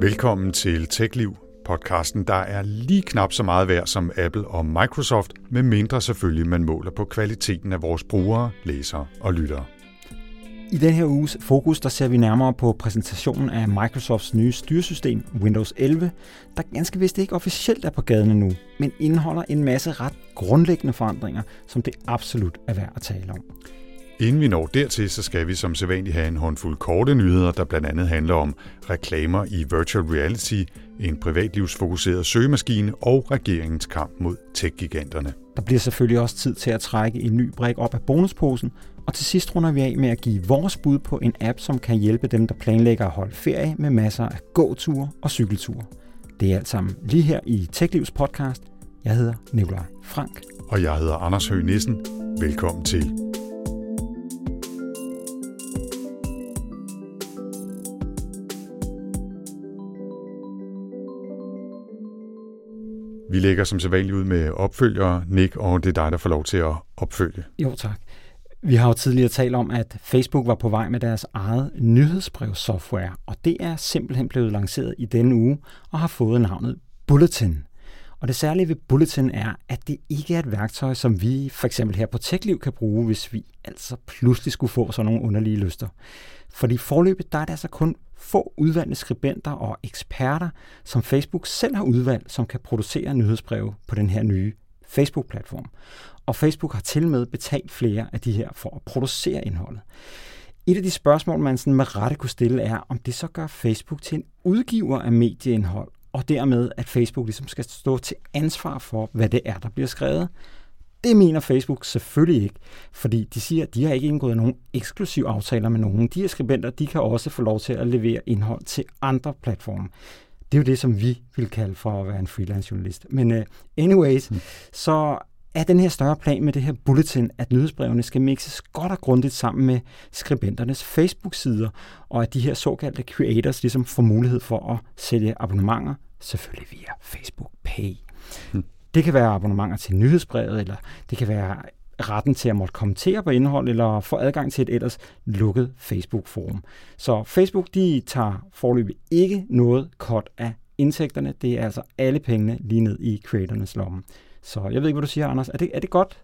Velkommen til TechLiv, podcasten, der er lige knap så meget værd som Apple og Microsoft, med mindre selvfølgelig man måler på kvaliteten af vores brugere, læsere og lyttere. I den her uges fokus, der ser vi nærmere på præsentationen af Microsofts nye styresystem, Windows 11, der ganske vist ikke officielt er på gaden endnu, men indeholder en masse ret grundlæggende forandringer, som det absolut er værd at tale om. Inden vi når dertil, så skal vi som sædvanligt have en håndfuld korte nyheder, der blandt andet handler om reklamer i virtual reality, en privatlivsfokuseret søgemaskine og regeringens kamp mod tech-giganterne. Der bliver selvfølgelig også tid til at trække en ny brik op af bonusposen, og til sidst runder vi af med at give vores bud på en app, som kan hjælpe dem, der planlægger at holde ferie med masser af gåture og cykelture. Det er alt sammen lige her i TechLivs podcast. Jeg hedder Nikolaj Frank. Og jeg hedder Anders Høgh Nissen. Velkommen til. Vi lægger som sædvanligt ud med opfølgere, Nick, og det er dig, der får lov til at opfølge. Jo, tak. Vi har jo tidligere talt om, at Facebook var på vej med deres eget nyhedsbrevssoftware, og det er simpelthen blevet lanceret i denne uge og har fået navnet Bulletin. Og det særlige ved Bulletin er, at det ikke er et værktøj, som vi for eksempel her på TechLiv kan bruge, hvis vi altså pludselig skulle få sådan nogle underlige lyster. Fordi forløbet, der er det altså kun få udvalgte skribenter og eksperter, som Facebook selv har udvalgt, som kan producere nyhedsbreve på den her nye Facebook-platform. Og Facebook har til med betalt flere af de her for at producere indholdet. Et af de spørgsmål, man sådan med rette kunne stille, er, om det så gør Facebook til en udgiver af medieindhold, og dermed, at Facebook ligesom skal stå til ansvar for, hvad det er, der bliver skrevet. Det mener Facebook selvfølgelig ikke, fordi de siger, at de har ikke indgået nogen eksklusive aftaler med nogen. De her skribenter, de kan også få lov til at levere indhold til andre platforme. Det er jo det, som vi vil kalde for at være en freelance journalist. Men anyways, så er den her større plan med det her bulletin, at nyhedsbrevene skal mixes godt og grundigt sammen med skribenternes Facebook-sider, og at de her såkaldte creators ligesom får mulighed for at sælge abonnementer, selvfølgelig via Facebook Pay. Det kan være abonnementer til nyhedsbrevet, eller det kan være retten til at måtte kommentere på indhold, eller få adgang til et ellers lukket Facebook-forum. Så Facebook, de tager foreløbig ikke noget cut af indtægterne. Det er altså alle pengene lige ned i creatornes lomme. Så jeg ved ikke, hvad du siger, Anders. Er det godt?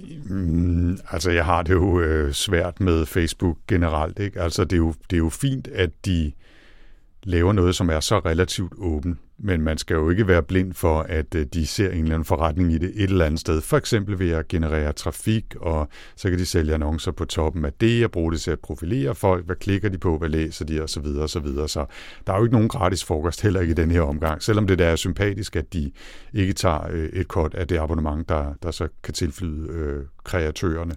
Altså, jeg har det jo svært med Facebook generelt, ikke? Altså, det er jo fint, at de laver noget, som er så relativt åben, men man skal jo ikke være blind for, at de ser en eller anden forretning i det et eller andet sted. For eksempel ved at generere trafik, og så kan de sælge annoncer på toppen af det, og bruge det til at profilere folk. Hvad klikker de på, hvad læser de, og så videre, og så videre. Så der er jo ikke nogen gratis frokost, heller ikke i den her omgang. Selvom det der er sympatisk, at de ikke tager et cut af det abonnement, der så kan tilflyde kreatørerne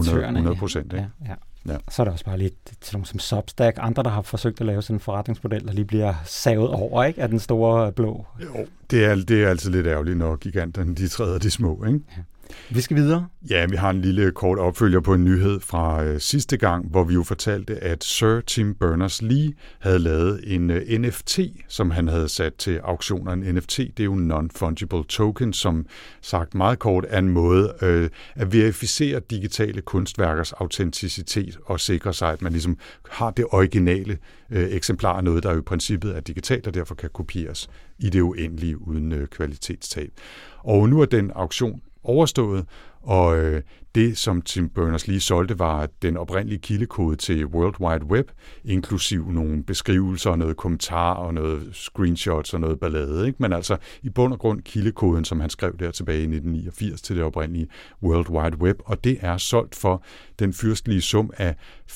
100%. Ja. Ja. Så er der også bare lidt til nogle som Substack, andre, der har forsøgt at lave sådan en forretningsmodel, der lige bliver savet over, ikke, af den store blå. Jo, det er altid lidt ærgerligt, når giganterne de træder de små, ikke? Ja. Vi skal videre. Ja, vi har en lille kort opfølger på en nyhed fra sidste gang, hvor vi jo fortalte, at Sir Tim Berners-Lee havde lavet en NFT, som han havde sat til auktioner. En NFT, det er jo en non-fungible token, som sagt meget kort er en måde at verificere digitale kunstværkers autenticitet og sikre sig, at man ligesom har det originale eksemplar af noget, der jo i princippet er digitalt og derfor kan kopieres i det uendelige uden kvalitetstab. Og nu er den auktion overstået, og det, som Tim Berners-Lee solgte, var den oprindelige kildekode til World Wide Web, inklusiv nogle beskrivelser, noget kommentar og noget screenshots og noget ballade, ikke? Men altså i bund og grund kildekoden, som han skrev der tilbage i 1989 til det oprindelige World Wide Web, og det er solgt for den fyrstelige sum af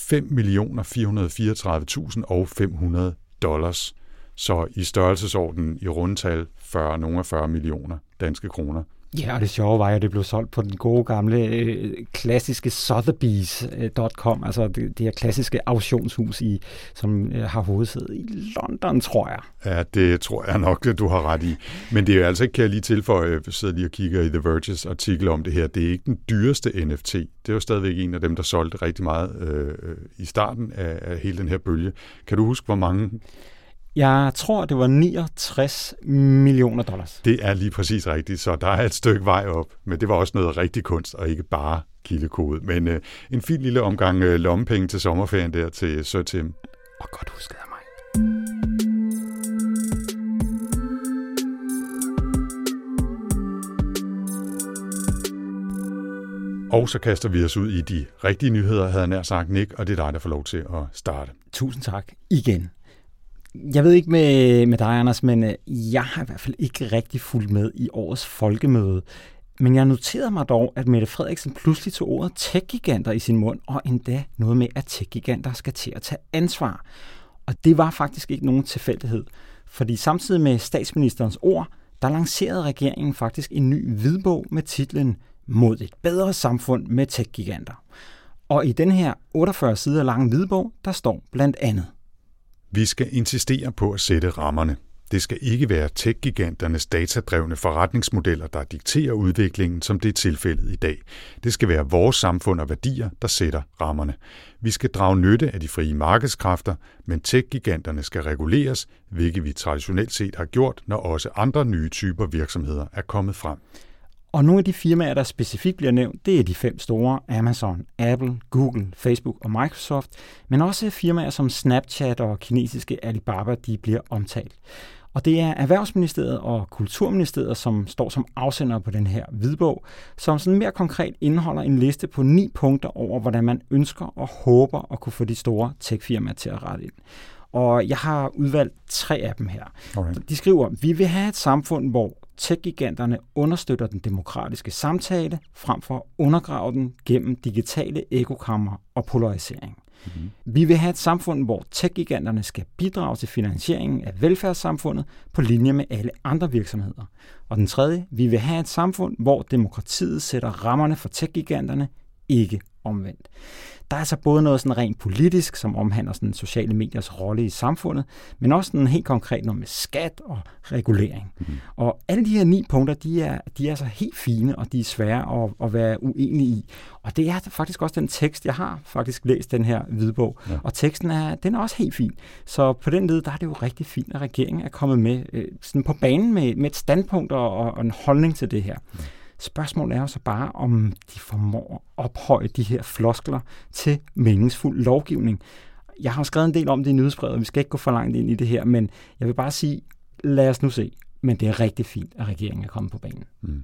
$5.434.500. Så i størrelsesorden i rundtal 40 millioner danske kroner. Ja, og det sjove var, at det blev solgt på den gode gamle klassiske Sotheby's.com, altså det her klassiske auktionshus, som har hovedsæde i London, tror jeg. Ja, det tror jeg nok, du har ret i. Men det er altså ikke, kan jeg lige tilføje, jeg sidder lige og kigger i The Verge's artikel om det her, det er ikke den dyreste NFT. Det er jo stadigvæk en af dem, der solgte rigtig meget i starten af hele den her bølge. Kan du huske, hvor mange? Jeg tror, det var $69 millioner. Det er lige præcis rigtigt, så der er et stykke vej op. Men det var også noget rigtig kunst, og ikke bare kildekode. Men en fin lille omgang lommepenge til sommerferien der til Sir Tim. Og godt husket af mig. Og så kaster vi os ud i de rigtige nyheder, havde jeg nær sagt, Nick, og det er dig, der får lov til at starte. Tusind tak igen. Jeg ved ikke med dig, Anders, men jeg har i hvert fald ikke rigtig fulgt med i årets folkemøde. Men jeg noterede mig dog, at Mette Frederiksen pludselig tog ordet tech-giganter i sin mund, og endda noget med, at tech-giganter skal til at tage ansvar. Og det var faktisk ikke nogen tilfældighed, fordi samtidig med statsministerens ord, der lancerede regeringen faktisk en ny hvidbog med titlen Mod et bedre samfund med tech-giganter. Og i den her 48 sider lange hvidbog, der står blandt andet: Vi skal insistere på at sætte rammerne. Det skal ikke være tech-giganternes datadrevne forretningsmodeller, der dikterer udviklingen, som det er tilfældet i dag. Det skal være vores samfund og værdier, der sætter rammerne. Vi skal drage nytte af de frie markedskræfter, men tech-giganterne skal reguleres, hvilket vi traditionelt set har gjort, når også andre nye typer virksomheder er kommet frem. Og nogle af de firmaer, der specifikt bliver nævnt, det er de 5 store: Amazon, Apple, Google, Facebook og Microsoft, men også firmaer som Snapchat og kinesiske Alibaba, de bliver omtalt. Og det er Erhvervsministeriet og Kulturministeriet, som står som afsender på den her hvidbog, som sådan mere konkret indeholder en liste på 9 punkter over, hvordan man ønsker og håber at kunne få de store techfirmaer til at rette ind. Og jeg har udvalgt 3 af dem her. Okay. De skriver: Vi vil have et samfund, hvor tech-giganterne understøtter den demokratiske samtale, frem for at undergrave den gennem digitale ekokammer og polarisering. Mm-hmm. Vi vil have et samfund, hvor tech-giganterne skal bidrage til finansieringen af velfærdssamfundet på linje med alle andre virksomheder. Og den tredje: Vi vil have et samfund, hvor demokratiet sætter rammerne for tech-giganterne, ikke omvendt. Der er altså både noget sådan rent politisk, som omhandler sådan sociale mediers rolle i samfundet, men også sådan helt konkret noget med skat og regulering. Mm. Og alle de her 9 punkter, de er altså helt fine, og de er svære at være uenige i. Og det er faktisk også den tekst, jeg har faktisk læst den her hvidbog. Ja. Og teksten den er også helt fin. Så på den led, der er det jo rigtig fint, at regeringen er kommet med sådan på banen med et standpunkt og en holdning til det her. Mm. Spørgsmålet er jo så bare, om de formår at ophøje de her floskler til meningsfuld lovgivning. Jeg har skrevet en del om det i nyhedsbrevet, og vi skal ikke gå for langt ind i det her, men jeg vil bare sige, lad os nu se. Men det er rigtig fint, at regeringen er kommet på banen. Mm.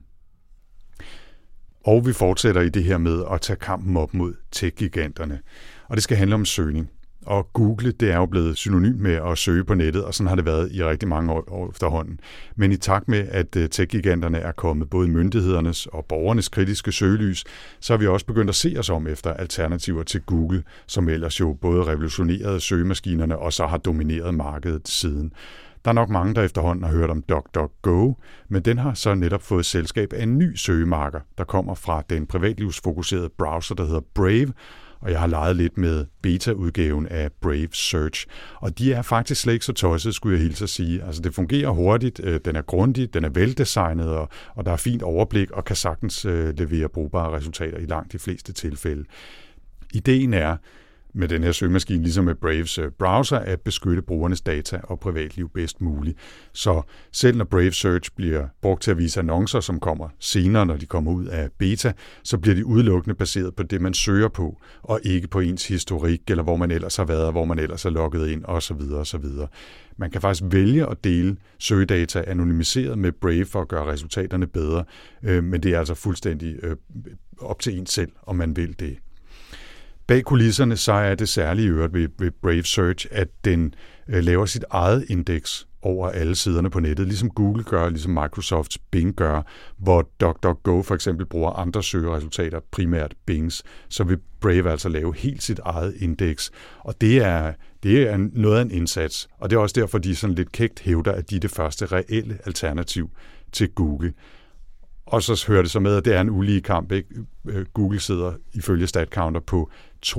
Og vi fortsætter i det her med at tage kampen op mod tech-giganterne. Og det skal handle om søgning. Og Google, det er jo blevet synonym med at søge på nettet, og sådan har det været i rigtig mange år efterhånden. Men i takt med, at tech-giganterne er kommet både myndighedernes og borgernes kritiske søgelys, så har vi også begyndt at se os om efter alternativer til Google, som ellers jo både revolutionerede søgemaskinerne og så har domineret markedet siden. Der er nok mange, der efterhånden har hørt om DuckDuckGo, men den har så netop fået selskab af en ny søgemarker, der kommer fra den privatlivsfokuserede browser, der hedder Brave, og jeg har leget lidt med beta-udgaven af Brave Search. Og de er faktisk slet ikke så tosset, skulle jeg hilse at sige. Altså det fungerer hurtigt, den er grundig, den er veldesignet, og der er fint overblik og kan sagtens levere brugbare resultater i langt de fleste tilfælde. Ideen er med den her søgemaskine, ligesom med Braves browser, at beskytte brugernes data og privatliv bedst muligt. Så selv når Brave Search bliver brugt til at vise annoncer, som kommer senere, når de kommer ud af beta, så bliver de udelukkende baseret på det, man søger på, og ikke på ens historik, eller hvor man ellers har været, hvor man ellers er logget ind, osv. osv. Man kan faktisk vælge at dele søgedata anonymiseret med Brave for at gøre resultaterne bedre, men det er altså fuldstændig op til en selv, om man vil det. Bag kulisserne så er det særlige øvrigt ved Brave Search, at den laver sit eget indeks over alle siderne på nettet, ligesom Google gør, ligesom Microsofts Bing gør, hvor DuckDuckGo for eksempel bruger andre søgeresultater, primært Bings, så vil Brave altså lave helt sit eget indeks. Og det er noget af en indsats, og det er også derfor, de sådan lidt kægt hævder, at de er det første reelle alternativ til Google. Og så hører det så med, at det er en ulige kamp, ikke? Google sidder ifølge StatCounter på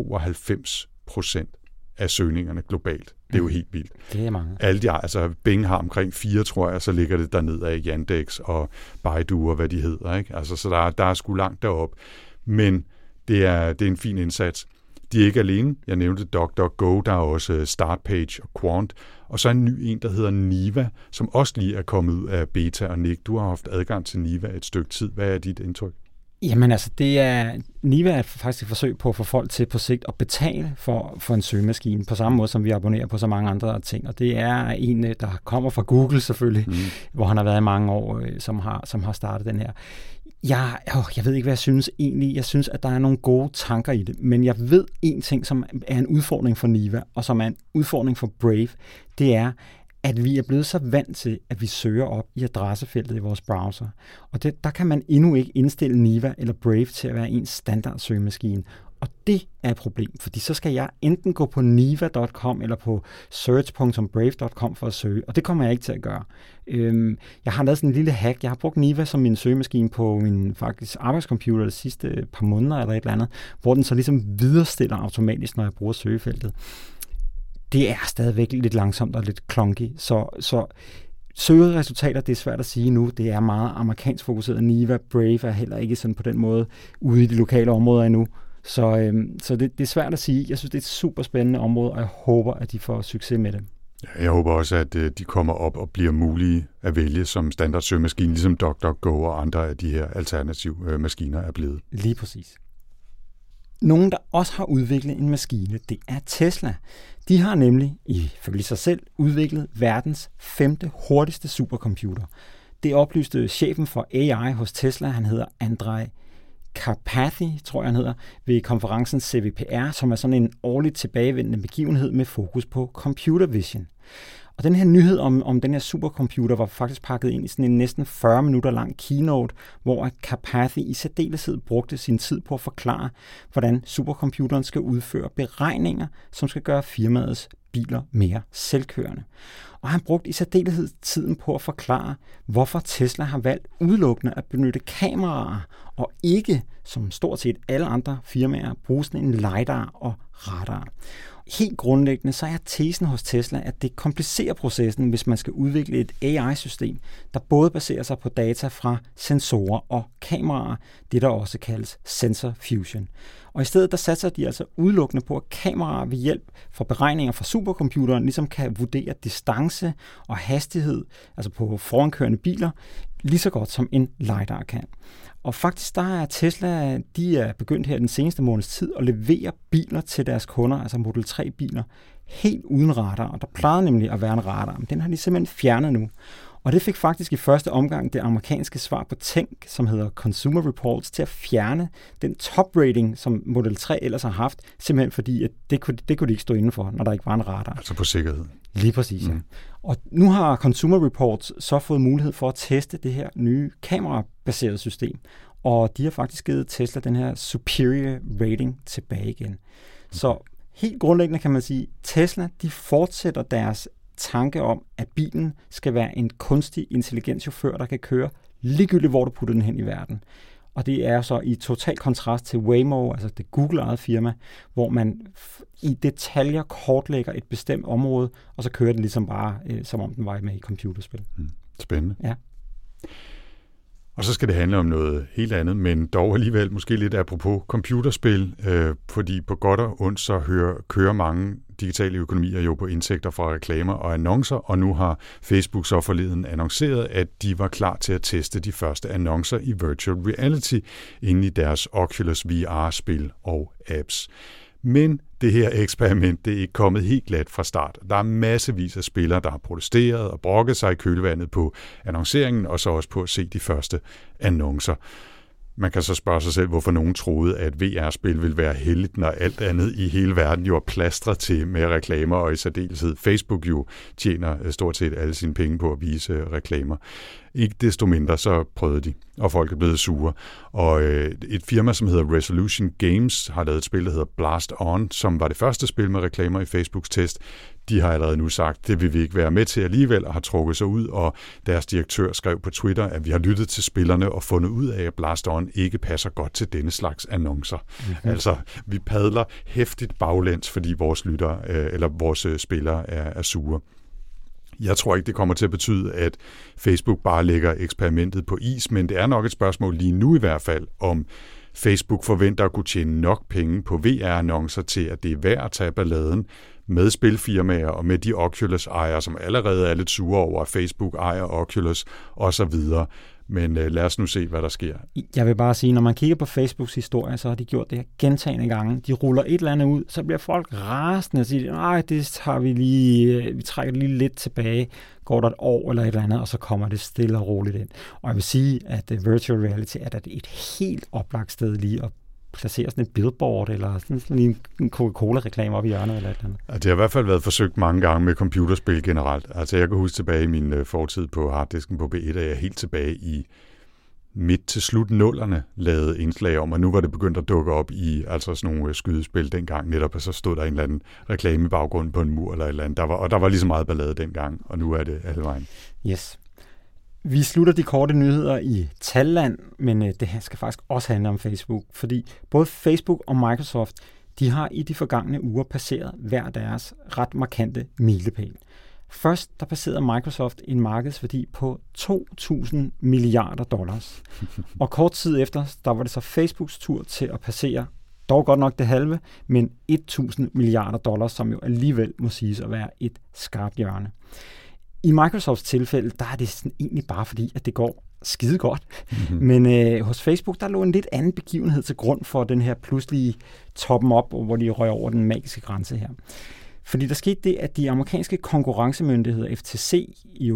92% af søgningerne globalt. Det er jo helt vildt. Det er mange. Alle de, altså Bing har omkring 4, tror jeg, så ligger det derned af Yandex og Baidu og hvad de hedder, ikke? Altså, så der er sgu langt derop. Men det er en fin indsats. De er ikke alene. Jeg nævnte DuckDuckGo, der er også Startpage og Quant. Og så en ny en, der hedder Niva, som også lige er kommet ud af beta. Og Nick, du har haft adgang til Niva et stykke tid. Hvad er dit indtryk? Jamen altså, Niva er faktisk et forsøg på at få folk til på sigt at betale for en søgemaskine, på samme måde som vi abonnerer på så mange andre ting. Og det er en, der kommer fra Google selvfølgelig, hvor han har været i mange år, som har startet den her. Jeg ved ikke, hvad jeg synes egentlig. Jeg synes, at der er nogle gode tanker i det, men jeg ved en ting, som er en udfordring for Niva, og som er en udfordring for Brave, det er, at vi er blevet så vant til, at vi søger op i adressefeltet i vores browser. Og der kan man endnu ikke indstille Niva eller Brave til at være en standard søgemaskine. Og det er et problem, fordi så skal jeg enten gå på niva.com eller på search.brave.com for at søge, og det kommer jeg ikke til at gøre. Jeg har lavet sådan en lille hack. Jeg har brugt Niva som min søgemaskine på min faktisk arbejdscomputer de sidste par måneder eller et eller andet, hvor den så ligesom viderestiller automatisk, når jeg bruger søgefeltet. Det er stadigvæk lidt langsomt og lidt clunky, så søgeresultater, det er svært at sige nu. Det er meget amerikansk fokuseret. Niva, Brave er heller ikke sådan på den måde ude i de lokale områder endnu. Så det er svært at sige. Jeg synes, det er et super spændende område, og jeg håber, at de får succes med det. Jeg håber også, at de kommer op og bliver mulige at vælge som standard søgemaskine, ligesom DuckDuckGo og andre af de her alternative maskiner er blevet. Lige præcis. Nogen, der også har udviklet en maskine, det er Tesla. De har nemlig, ifølge sig selv, udviklet verdens 5. hurtigste supercomputer. Det oplyste chefen for AI hos Tesla, han hedder Andrej Karpathy, tror jeg han hedder, ved konferencen CVPR, som er sådan en årligt tilbagevendende begivenhed med fokus på computer vision. Og den her nyhed om den her supercomputer var faktisk pakket ind i sådan en næsten 40 minutter lang keynote, hvor Karpathy i særdeleshed brugte sin tid på at forklare, hvordan supercomputeren skal udføre beregninger, som skal gøre firmaets biler mere selvkørende. Og han brugte i særdeleshed tiden på at forklare, hvorfor Tesla har valgt udelukkende at benytte kameraer, og ikke, som stort set alle andre firmaer, bruge sådan en lidar og radar. Helt grundlæggende så er tesen hos Tesla, at det komplicerer processen, hvis man skal udvikle et AI-system, der både baserer sig på data fra sensorer og kameraer, det der også kaldes sensor fusion. Og i stedet der satser de altså udelukkende på, at kameraer ved hjælp fra beregninger fra supercomputeren ligesom kan vurdere distance og hastighed, altså på forankørende biler, lige så godt som en lidar kan. Og faktisk der er Tesla, de er begyndt her den seneste måneds tid at levere biler til deres kunder, altså Model 3 biler, helt uden radar. Og der plejede nemlig at være en radar, men den har de simpelthen fjernet nu. Og det fik faktisk i første omgang det amerikanske svar på Tænk, som hedder Consumer Reports, til at fjerne den top-rating, som Model 3 ellers har haft, simpelthen fordi, at det kunne de ikke stå indenfor, når der ikke var en radar. Altså på sikkerhed. Lige præcis, ja. Og nu har Consumer Reports så fået mulighed for at teste det her nye kamerabaserede system, og de har faktisk givet Tesla den her superior rating tilbage igen. Så helt grundlæggende kan man sige, Tesla de fortsætter deres tanke om, at bilen skal være en kunstig intelligent chauffør, der kan køre ligegyldigt, hvor du putter den hen i verden. Og det er så i total kontrast til Waymo, altså det Google-eget firma, hvor man i detaljer kortlægger et bestemt område, og så kører den ligesom bare, som om den var med i computerspil. Spændende. Ja. Og så skal det handle om noget helt andet, men dog alligevel måske lidt apropos computerspil, fordi på godt og ondt så kører mange digitale økonomier jo på indtægter fra reklamer og annoncer, og nu har Facebook så forleden annonceret, at de var klar til at teste de første annoncer i virtual reality inde i deres Oculus VR-spil og apps. Men det her eksperiment, det er ikke kommet helt glat fra start. Der er massevis af spillere, der har protesteret og brokket sig i kølvandet på annonceringen, og så også på at se de første annoncer. Man kan så spørge sig selv, hvorfor nogen troede, at VR-spil ville være heldigt, når alt andet i hele verden jo er plastret til med reklamer, og i særdeleshed Facebook jo tjener stort set alle sine penge på at vise reklamer. Ikke desto mindre så prøvede de, og folk er blevet sure. Og et firma, som hedder Resolution Games, har lavet et spil, der hedder Blast On, som var det første spil med reklamer i Facebooks test. De har allerede nu sagt, det vil vi ikke være med til alligevel, og har trukket sig ud, og deres direktør skrev på Twitter, at vi har lyttet til spillerne og fundet ud af, at Blast On ikke passer godt til denne slags annoncer. Mm-hmm. Altså, vi padler hæftigt baglæns, fordi vores lyttere, eller vores spillere er sure. Jeg tror ikke, det kommer til at betyde, at Facebook bare lægger eksperimentet på is, men det er nok et spørgsmål lige nu i hvert fald, om Facebook forventer at kunne tjene nok penge på VR-annoncer til, at det er værd at tage balladen med spilfirmaer og med de Oculus-ejere, som allerede er lidt sure over, at Facebook ejer Oculus osv. Men lad os nu se, hvad der sker. Jeg vil bare sige, når man kigger på Facebooks historie, så har de gjort det her gentagne gange. De ruller et eller andet ud, så bliver folk rasende og siger, nej, det tager vi trækker det lige lidt tilbage. Går der et år eller et eller andet, og så kommer det stille og roligt ind. Og jeg vil sige, at virtual reality er et helt oplagt sted lige at placere sådan et billboard, eller sådan lige en Coca-Cola-reklame op i hjørnet, eller et eller andet. Det har i hvert fald været forsøgt mange gange med computerspil generelt. Altså jeg kan huske tilbage i min fortid på harddisken på B1, at jeg helt tilbage i midt til slut 0'erne lavede indslag om, og nu var det begyndt at dukke op i altså sådan nogle skydespil dengang netop, og så stod der en eller anden reklame i baggrunden på en mur eller et eller andet. Der var lige så meget ballade dengang, og nu er det alle vejen. Yes. Vi slutter de korte nyheder i talland, men det her skal faktisk også handle om Facebook, fordi både Facebook og Microsoft, de har i de forgangne uger passeret hver deres ret markante milepæl. Først der passerede Microsoft en markedsværdi på $2.000 milliarder. Og kort tid efter, der var det så Facebooks tur til at passere, dog godt nok det halve, men $1.000 milliarder, som jo alligevel må siges at være et skarpt hjørne. I Microsofts tilfælde, der er det sådan egentlig bare fordi, at det går skide godt. Mm-hmm. Men hos Facebook, der lå en lidt anden begivenhed til grund for den her pludselige toppen op, hvor de røg over den magiske grænse her. Fordi der skete det, at de amerikanske konkurrencemyndigheder, FTC, i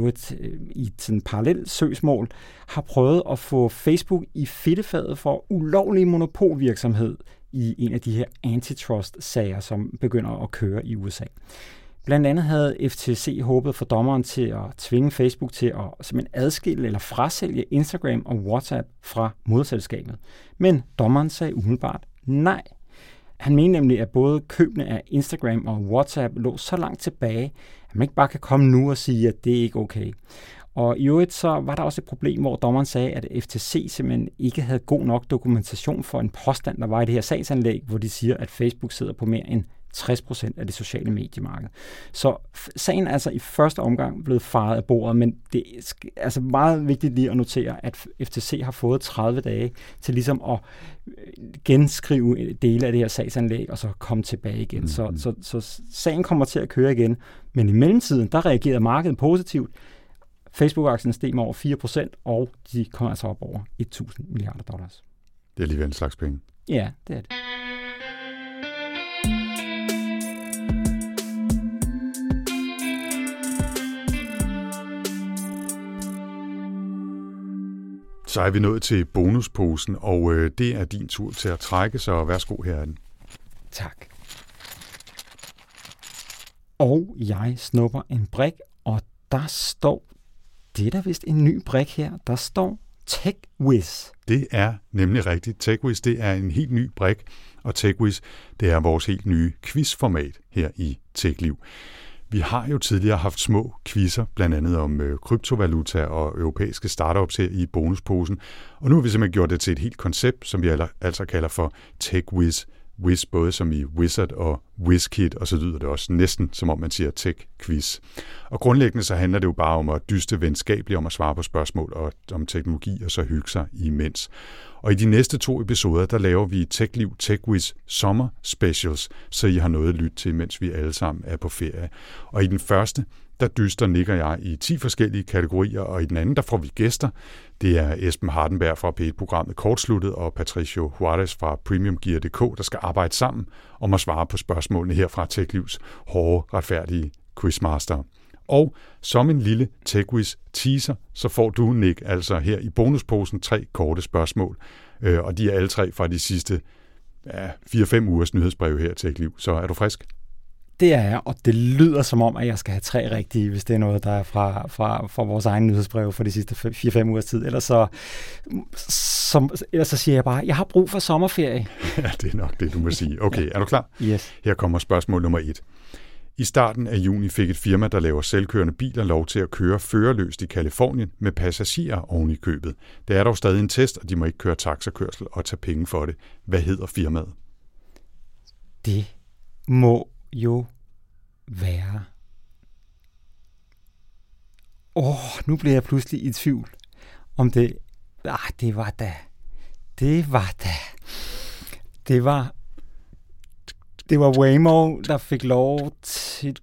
sådan parallel søgsmål, har prøvet at få Facebook i fedtefadet for ulovlig monopolvirksomhed i en af de her antitrust-sager, som begynder at køre i USA. Blandt andet havde FTC håbet for dommeren til at tvinge Facebook til at simpelthen adskille eller frasælge Instagram og WhatsApp fra moderselskabet. Men dommeren sagde umiddelbart nej. Han mente nemlig, at både købene af Instagram og WhatsApp lå så langt tilbage, at man ikke bare kan komme nu og sige, at det ikke er okay. Og i øvrigt så var der også et problem, hvor dommeren sagde, at FTC simpelthen ikke havde god nok dokumentation for en påstand, der var i det her sagsanlæg, hvor de siger, at Facebook sidder på mere end 60% af det sociale mediemarked. Så sagen er altså i første omgang blevet faret af bordet, men det er altså meget vigtigt lige at notere, at FTC har fået 30 dage til ligesom at genskrive dele af det her sagsanlæg, og så komme tilbage igen. Mm-hmm. Så sagen kommer til at køre igen, men i mellemtiden, der reagerede markedet positivt. Facebook-aktien steg med over 4%, og de kommer altså op over $1.000 milliarder. Det er alligevel en slags penge. Ja, det er det. Så er vi nået til bonusposen, og det er din tur til at trække, så værsgo herinde. Tak. Og jeg snupper en brik, og der står, det er da vist en ny brik her, der står TechWiz. Det er nemlig rigtigt. TechWiz, det er en helt ny brik, og TechWiz, det er vores helt nye quizformat her i TechLiv. Vi har jo tidligere haft små quizzer, blandt andet om kryptovaluta og europæiske startups her i bonusposen. Og nu har vi simpelthen gjort det til et helt koncept, som vi altså kalder for TechWiz. Wiz både som i Wizard og WizKid, og så lyder det også næsten, som om man siger tech-quiz. Og grundlæggende så handler det jo bare om at dyste venskabeligt om at svare på spørgsmål og om teknologi, og så hygge sig imens. Og i de næste 2 episoder, der laver vi TechLiv TechWiz Sommer Specials, så I har noget at lytte til, mens vi alle sammen er på ferie. Og i den første, der dyster Nick og jeg i 10 forskellige kategorier, og i den anden, der får vi gæster. Det er Esben Hardenberg fra P1-programmet Kortsluttet og Patricio Juarez fra PremiumGear.dk, der skal arbejde sammen om at svare på spørgsmålene her fra TechLivs hårde, retfærdige quizmaster. Og som en lille TechWiz teaser, så får du, Nick, altså her i bonusposen 3 korte spørgsmål, og de er alle 3 fra de sidste 4-5 ugers nyhedsbreve her i TechLiv. Så er du frisk? Det er jeg, og det lyder som om, at jeg skal have 3 rigtige, hvis det er noget, der er fra vores egen nyhedsbreve for de sidste 4-5 ugers tid. Ellers så siger jeg bare, at jeg har brug for sommerferie. Ja, det er nok det, du må sige. Okay, er du klar? Yes. Her kommer spørgsmål nummer 1. I starten af juni fik et firma, der laver selvkørende biler, lov til at køre førerløst i Kalifornien med passagerer oven i købet. Det er dog stadig en test, og de må ikke køre taxakørsel og tage penge for det. Hvad hedder firmaet? Det må jo være... nu bliver jeg pludselig i tvivl om det... det var da... Det var Waymo, der fik lov til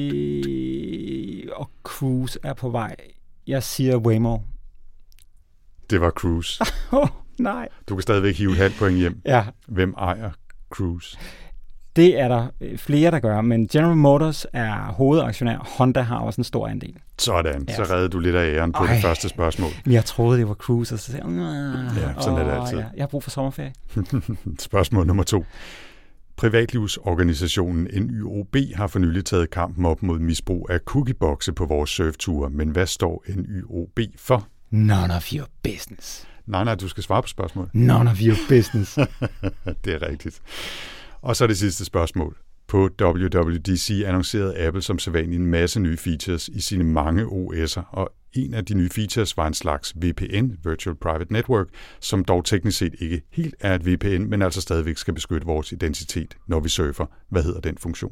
det, og Cruise er på vej. Jeg siger Waymo. Det var Cruise. Nej. Du kan stadigvæk hive et halvt point hjem. Ja. Hvem ejer Cruise? Det er der flere, der gør, men General Motors er hovedaktionær. Honda har også en stor andel. Sådan, Ja. så reddede du lidt af æren på det første spørgsmål. Jeg troede, det var Cruise, og så sagde jeg, ja, sådan er det altid. Ja. Jeg har brug for sommerferie. Spørgsmål nummer 2. Privatlivsorganisationen NYOB har for nylig taget kampen op mod misbrug af cookiebokse på vores surfture, men hvad står NYOB for? None of your business. Nej, du skal svare på spørgsmålet. None of your business. Det er rigtigt. Og så det sidste spørgsmål. På WWDC annoncerede Apple som sædvanligt en masse nye features i sine mange OS'er, og en af de nye features var en slags VPN, Virtual Private Network, som dog teknisk set ikke helt er et VPN, men altså stadigvæk skal beskytte vores identitet, når vi surfer. Hvad hedder den funktion?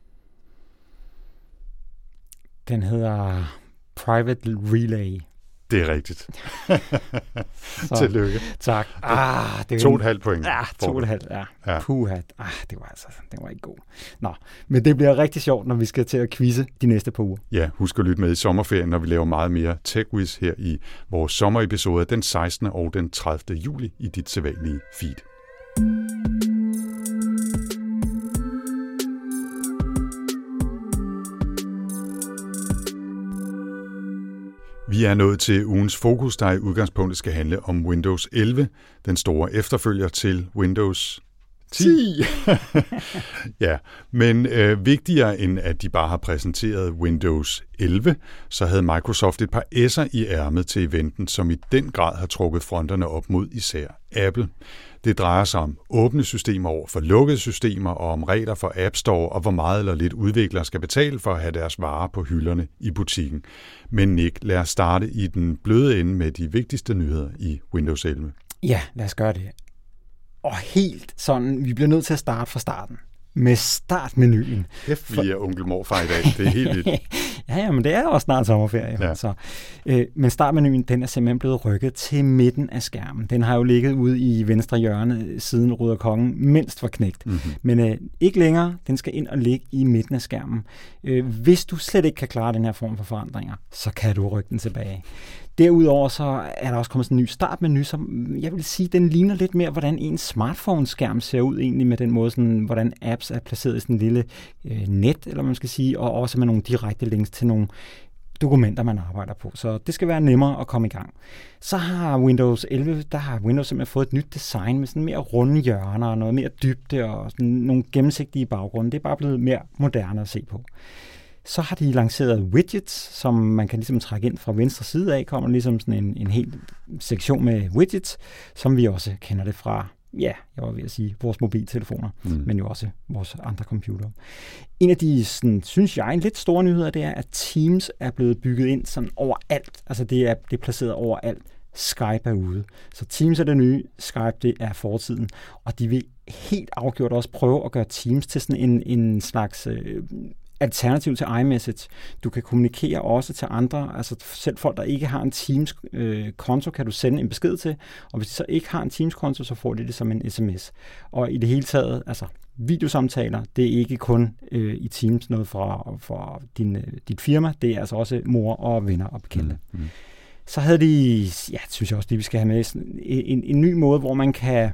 Den hedder Private Relay. Det er rigtigt. Tillykke. Tak. Det er 2,5 point. Ja, 2,5. Ja. Puha. Det var ikke god. Nå, men det bliver rigtig sjovt, når vi skal til at quizze de næste par uger. Ja, husk at lytte med i sommerferien, når vi laver meget mere TechWiz her i vores sommerepisode den 16. og den 30. juli i dit sædvanlige feed. Vi er nået til ugens fokus, der i udgangspunktet skal handle om Windows 11, den store efterfølger til Windows 10. Ja, men vigtigere end at de bare har præsenteret Windows 11, så havde Microsoft et par s'er i ærmet til eventen, som i den grad har trukket fronterne op mod især Apple. Det drejer sig om åbne systemer over for lukkede systemer og om regler for App Store og hvor meget eller lidt udviklere skal betale for at have deres varer på hylderne i butikken. Men Nick, lad os starte i den bløde ende med de vigtigste nyheder i Windows 11. Ja, lad os gøre det. Og helt sådan, vi bliver nødt til at starte fra starten. Med startmenuen. Vi er onkel morfar i dag, det er helt vildt. Ja, men det er også snart sommerferie. Ja. Så, men startmenuen, den er simpelthen blevet rykket til midten af skærmen. Den har jo ligget ude i venstre hjørne siden Ruder Kongen mindst var knægt. Mm-hmm. Men ikke længere, den skal ind og ligge i midten af skærmen. Hvis du slet ikke kan klare den her form for forandringer, så kan du rykke den tilbage. Derudover så er der også kommet sådan en ny startmenu, som jeg vil sige, den ligner lidt mere, hvordan en smartphone-skærm ser ud egentlig med den måde, sådan, hvordan apps er placeret i sådan en lille net, eller man skal sige, og også med nogle direkte links til nogle dokumenter, man arbejder på. Så det skal være nemmere at komme i gang. Så har Windows 11, der har Windows simpelthen fået et nyt design med sådan mere runde hjørner og noget mere dybde og sådan nogle gennemsigtige baggrunde. Det er bare blevet mere moderne at se på. Så har de lanceret widgets, som man kan ligesom trække ind fra venstre side af. Kommer ligesom sådan en hel sektion med widgets, som vi også kender det fra, ja, jeg var ved at sige, vores mobiltelefoner, men jo også vores andre computere. En af de, sådan, synes jeg, en lidt store nyheder, det er, at Teams er blevet bygget ind sådan overalt. Altså det er placeret overalt. Skype er ude. Så Teams er det nye, Skype det er fortiden. Og de vil helt afgjort også prøve at gøre Teams til sådan en slags alternativ til iMessage. Du kan kommunikere også til andre, altså selv folk, der ikke har en Teams-konto, kan du sende en besked til, og hvis de så ikke har en Teams-konto, så får de det som en sms. Og i det hele taget, altså videosamtaler, det er ikke kun i Teams noget for dit firma, det er altså også mor og venner og bekendte. Mm. Så havde de, ja, synes jeg også, det vi skal have med, en ny måde, hvor man kan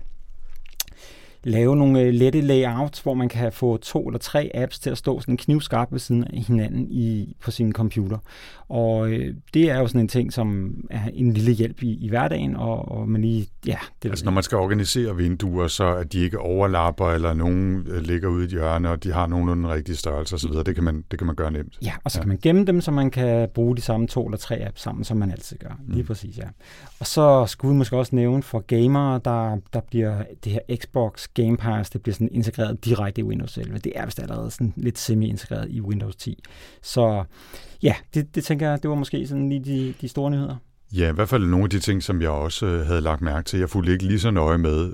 lave nogle lette layouts, hvor man kan få 2 eller 3 apps til at stå sådan knivskarpt ved siden af hinanden på sin computer. Og det er jo sådan en ting, som er en lille hjælp i hverdagen, og man lige, ja. Det altså når man skal organisere vinduer, så at de ikke overlapper, eller nogen ligger ude i et hjørne, og de har nogenlunde den rigtige størrelse osv., det kan man gøre nemt. Ja, og så kan man gemme dem, så man kan bruge de samme 2 eller 3 apps sammen, som man altid gør. Lige præcis, ja. Og så skulle vi måske også nævne for gamere, der bliver det her Xbox Game Pass, det bliver sådan integreret direkte i Windows 11. Det er vist allerede sådan lidt semi-integreret i Windows 10. Så ja, det tænker jeg, det var måske sådan lige de store nyheder. Ja, i hvert fald nogle af de ting, som jeg også havde lagt mærke til. Jeg fulgte ikke lige så nøje med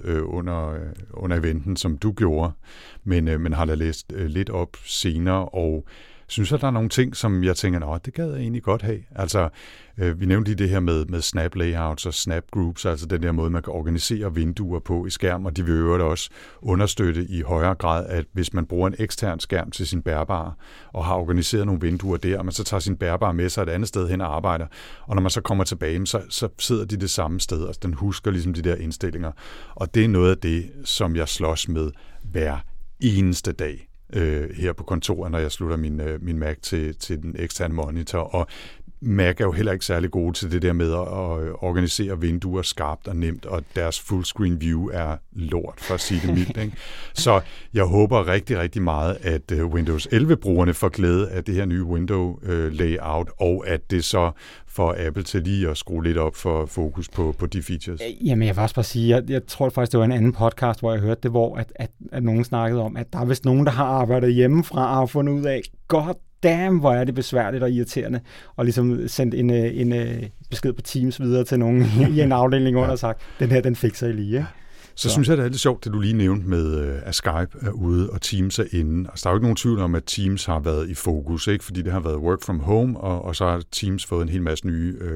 under eventen, som du gjorde, men har da læst lidt op senere, og synes, at der er nogle ting, som jeg tænker, det gad jeg egentlig godt have. Altså, vi nævnte lige det her med snap layouts og snap groups, altså den der måde, man kan organisere vinduer på i skærm, og de vil øvrigt også understøtte i højere grad, at hvis man bruger en ekstern skærm til sin bærbare, og har organiseret nogle vinduer der, og man så tager sin bærbare med sig et andet sted hen og arbejder, og når man så kommer tilbage, så sidder de det samme sted, og den husker ligesom de der indstillinger. Og det er noget af det, som jeg slås med hver eneste dag her på kontoret, når jeg slutter min Mac til den eksterne monitor, og Mac er jo heller ikke særlig gode til det der med at organisere vinduer skarpt og nemt, og deres fullscreen view er lort, for at sige det mildt. Ikke? Så jeg håber rigtig, rigtig meget, at Windows 11-brugerne får glæde af det her nye window-layout, og at det så får Apple til lige at skrue lidt op for fokus på de features. Jamen, jeg vil også bare sige, jeg tror faktisk, det var en anden podcast, hvor jeg hørte det, hvor at nogen snakkede om, at der er vist nogen, der har arbejdet hjemmefra og har fundet ud af, godt damn, hvor er det besværligt og irriterende, og ligesom sendt en besked på Teams videre til nogen i en afdeling under og sagt, den her, den fikser I lige. Ja. Så synes jeg, det er lidt sjovt, det du lige nævnte med, at Skype er ude, og Teams er inde. Altså, der er jo ikke nogen tvivl om, at Teams har været i fokus, ikke? Fordi det har været work from home, og så har Teams fået en hel masse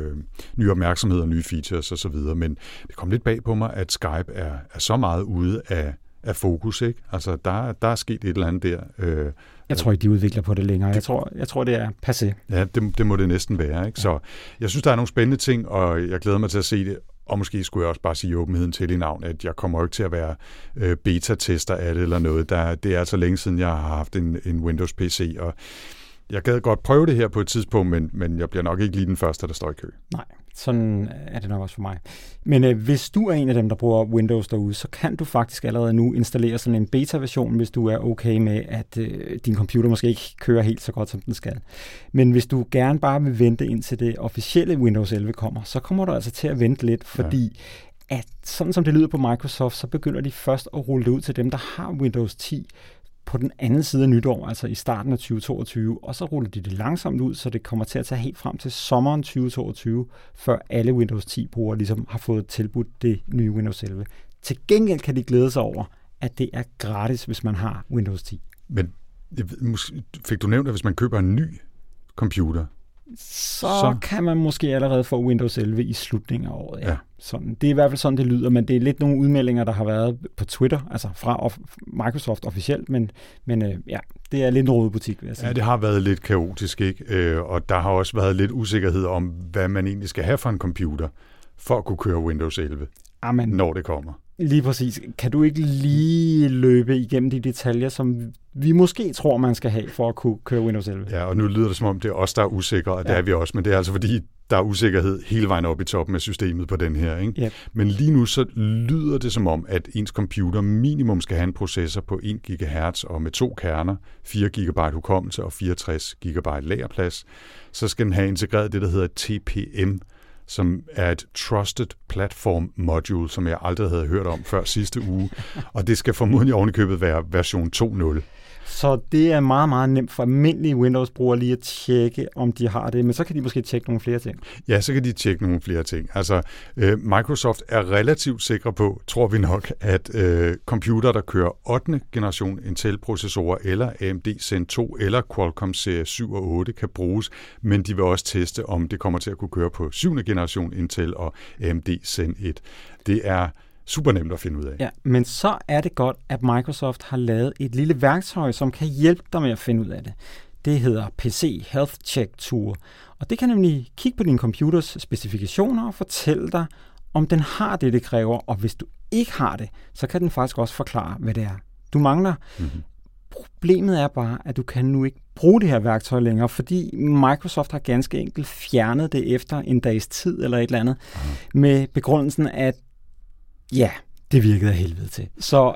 nye opmærksomhed og nye features osv. Men det kom lidt bag på mig, at Skype er så meget ude af fokus, ikke? Altså, der er sket et eller andet der. Jeg tror ikke, de udvikler på det længere. Jeg tror det er passé. Ja, det må det næsten være, ikke? Ja. Så jeg synes, der er nogle spændende ting, og jeg glæder mig til at se det. Og måske skulle jeg også bare sige åbenheden til i navn, at jeg kommer ikke til at være beta-tester af det eller noget. Det er altså længe siden, jeg har haft en Windows-PC, og jeg gad godt prøve det her på et tidspunkt, men jeg bliver nok ikke lige den første, der står i kø. Nej, sådan er det nok også for mig. Men hvis du er en af dem, der bruger Windows derude, så kan du faktisk allerede nu installere sådan en beta-version, hvis du er okay med, at din computer måske ikke kører helt så godt, som den skal. Men hvis du gerne bare vil vente indtil det officielle Windows 11 kommer, så kommer du altså til at vente lidt, fordi at sådan som det lyder på Microsoft, så begynder de først at rulle det ud til dem, der har Windows 10 på den anden side af nytår, altså i starten af 2022, og så ruller de det langsomt ud, så det kommer til at tage helt frem til sommeren 2022, før alle Windows 10-brugere ligesom har fået tilbudt det nye Windows 11. Til gengæld kan de glæde sig over, at det er gratis, hvis man har Windows 10. Men fik du nævnt, at hvis man køber en ny computer, så kan man måske allerede få Windows 11 i slutningen af året. Ja. Sådan. Det er i hvert fald sådan, det lyder, men det er lidt nogle udmeldinger, der har været på Twitter, altså fra Microsoft officielt, men det er lidt en rodebutik, vil jeg sige. Ja, det har været lidt kaotisk, ikke? Og der har også været lidt usikkerhed om, hvad man egentlig skal have for en computer, for at kunne køre Windows 11, når det kommer. Lige præcis. Kan du ikke lige løbe igennem de detaljer, som vi måske tror, man skal have for at kunne køre Windows 11? Ja, og nu lyder det som om, det er os, der er usikre, og det er vi også, men det er altså fordi, der er usikkerhed hele vejen op i toppen af systemet på den her. Ikke? Yep. Men lige nu så lyder det som om, at ens computer minimum skal have en processor på 1 GHz og med 2 kerner, 4 GB hukommelse og 64 GB lagerplads. Så skal den have integreret det, der hedder TPM, som er et Trusted Platform Module, som jeg aldrig havde hørt om før sidste uge. Og det skal formodentlig ovenikøbet være version 2.0. Så det er meget, meget nemt for almindelige Windows-brugere lige at tjekke, om de har det, men så kan de måske tjekke nogle flere ting. Ja, så kan de tjekke nogle flere ting. Altså, Microsoft er relativt sikre på, tror vi nok, at computer, der kører 8. generation Intel-processorer, eller AMD Zen 2, eller Qualcomm serie 7 og 8 kan bruges, men de vil også teste, om det kommer til at kunne køre på 7. generation Intel og AMD Zen 1. Det er super nemt at finde ud af. Ja, men så er det godt, at Microsoft har lavet et lille værktøj, som kan hjælpe dig med at finde ud af det. Det hedder PC Health Check Tool, og det kan nemlig kigge på din computers specifikationer og fortælle dig, om den har det kræver, og hvis du ikke har det, så kan den faktisk også forklare, hvad det er, du mangler. Mm-hmm. Problemet er bare, at du kan nu ikke bruge det her værktøj længere, fordi Microsoft har ganske enkelt fjernet det efter en dags tid eller et eller andet, med begrundelsen, at ja, det virkede af helvede til. Så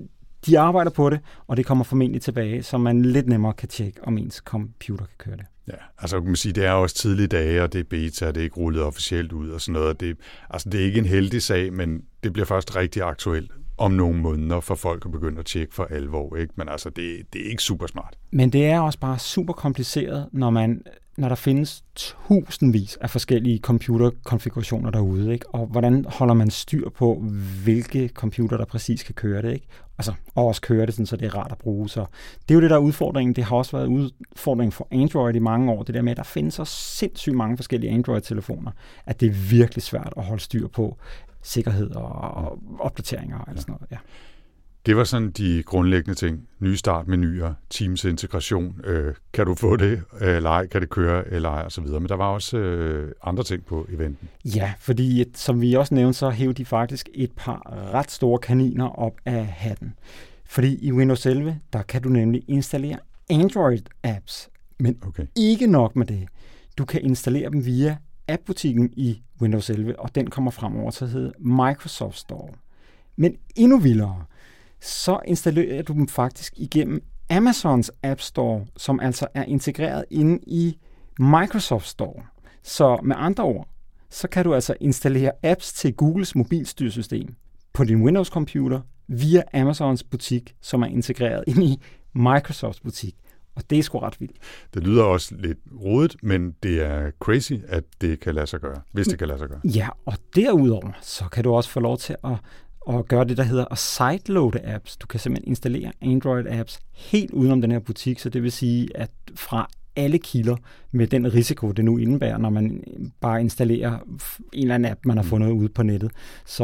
de arbejder på det, og det kommer formentlig tilbage, så man lidt nemmere kan tjekke, om ens computer kan køre det. Ja, altså kan man sige, det er også tidlige dage, og det er beta, og det er ikke rullet officielt ud og sådan noget. Det er ikke en heldig sag, men det bliver først rigtig aktuelt om nogle måneder for folk at begynde at tjekke for alvor, ikke? Men altså, det er ikke super smart. Men det er også bare super kompliceret, når man når der findes tusindvis af forskellige computerkonfigurationer derude, ikke? Og hvordan holder man styr på, hvilke computer, der præcis kan køre det, ikke? Altså, og også køre det, sådan, så det er rart at bruge. Så det er jo det, der er udfordringen. Det har også været udfordringen for Android i mange år. Det der med, at der findes så sindssygt mange forskellige Android-telefoner, at det er virkelig svært at holde styr på sikkerhed og opdateringer og sådan noget. Ja. Det var sådan de grundlæggende ting. Nye startmenuer, Teams-integration. Kan du få det, eller ej? Kan det køre, eller ej? Og så videre. Men der var også andre ting på eventen. Ja, fordi som vi også nævnte, så hævde de faktisk et par ret store kaniner op af hatten. Fordi i Windows 11, der kan du nemlig installere Android-apps. Men ikke nok med det. Du kan installere dem via app-butikken i Windows 11, og den kommer fremover til at hedde Microsoft Store. Men endnu vildere, så installerer du dem faktisk igennem Amazons App Store, som altså er integreret inde i Microsoft Store. Så med andre ord, så kan du altså installere apps til Googles mobilstyresystem på din Windows-computer via Amazons butik, som er integreret inde i Microsofts butik. Og det er sgu ret vildt. Det lyder også lidt rodet, men det er crazy, at det kan lade sig gøre, hvis det kan lade sig gøre. Ja, og derudover, så kan du også få lov til at gøre det, der hedder at sideloade apps. Du kan simpelthen installere Android-apps helt udenom den her butik, så det vil sige, at fra alle kilder med den risiko, det nu indebærer, når man bare installerer en eller anden app, man har fundet ude på nettet. Så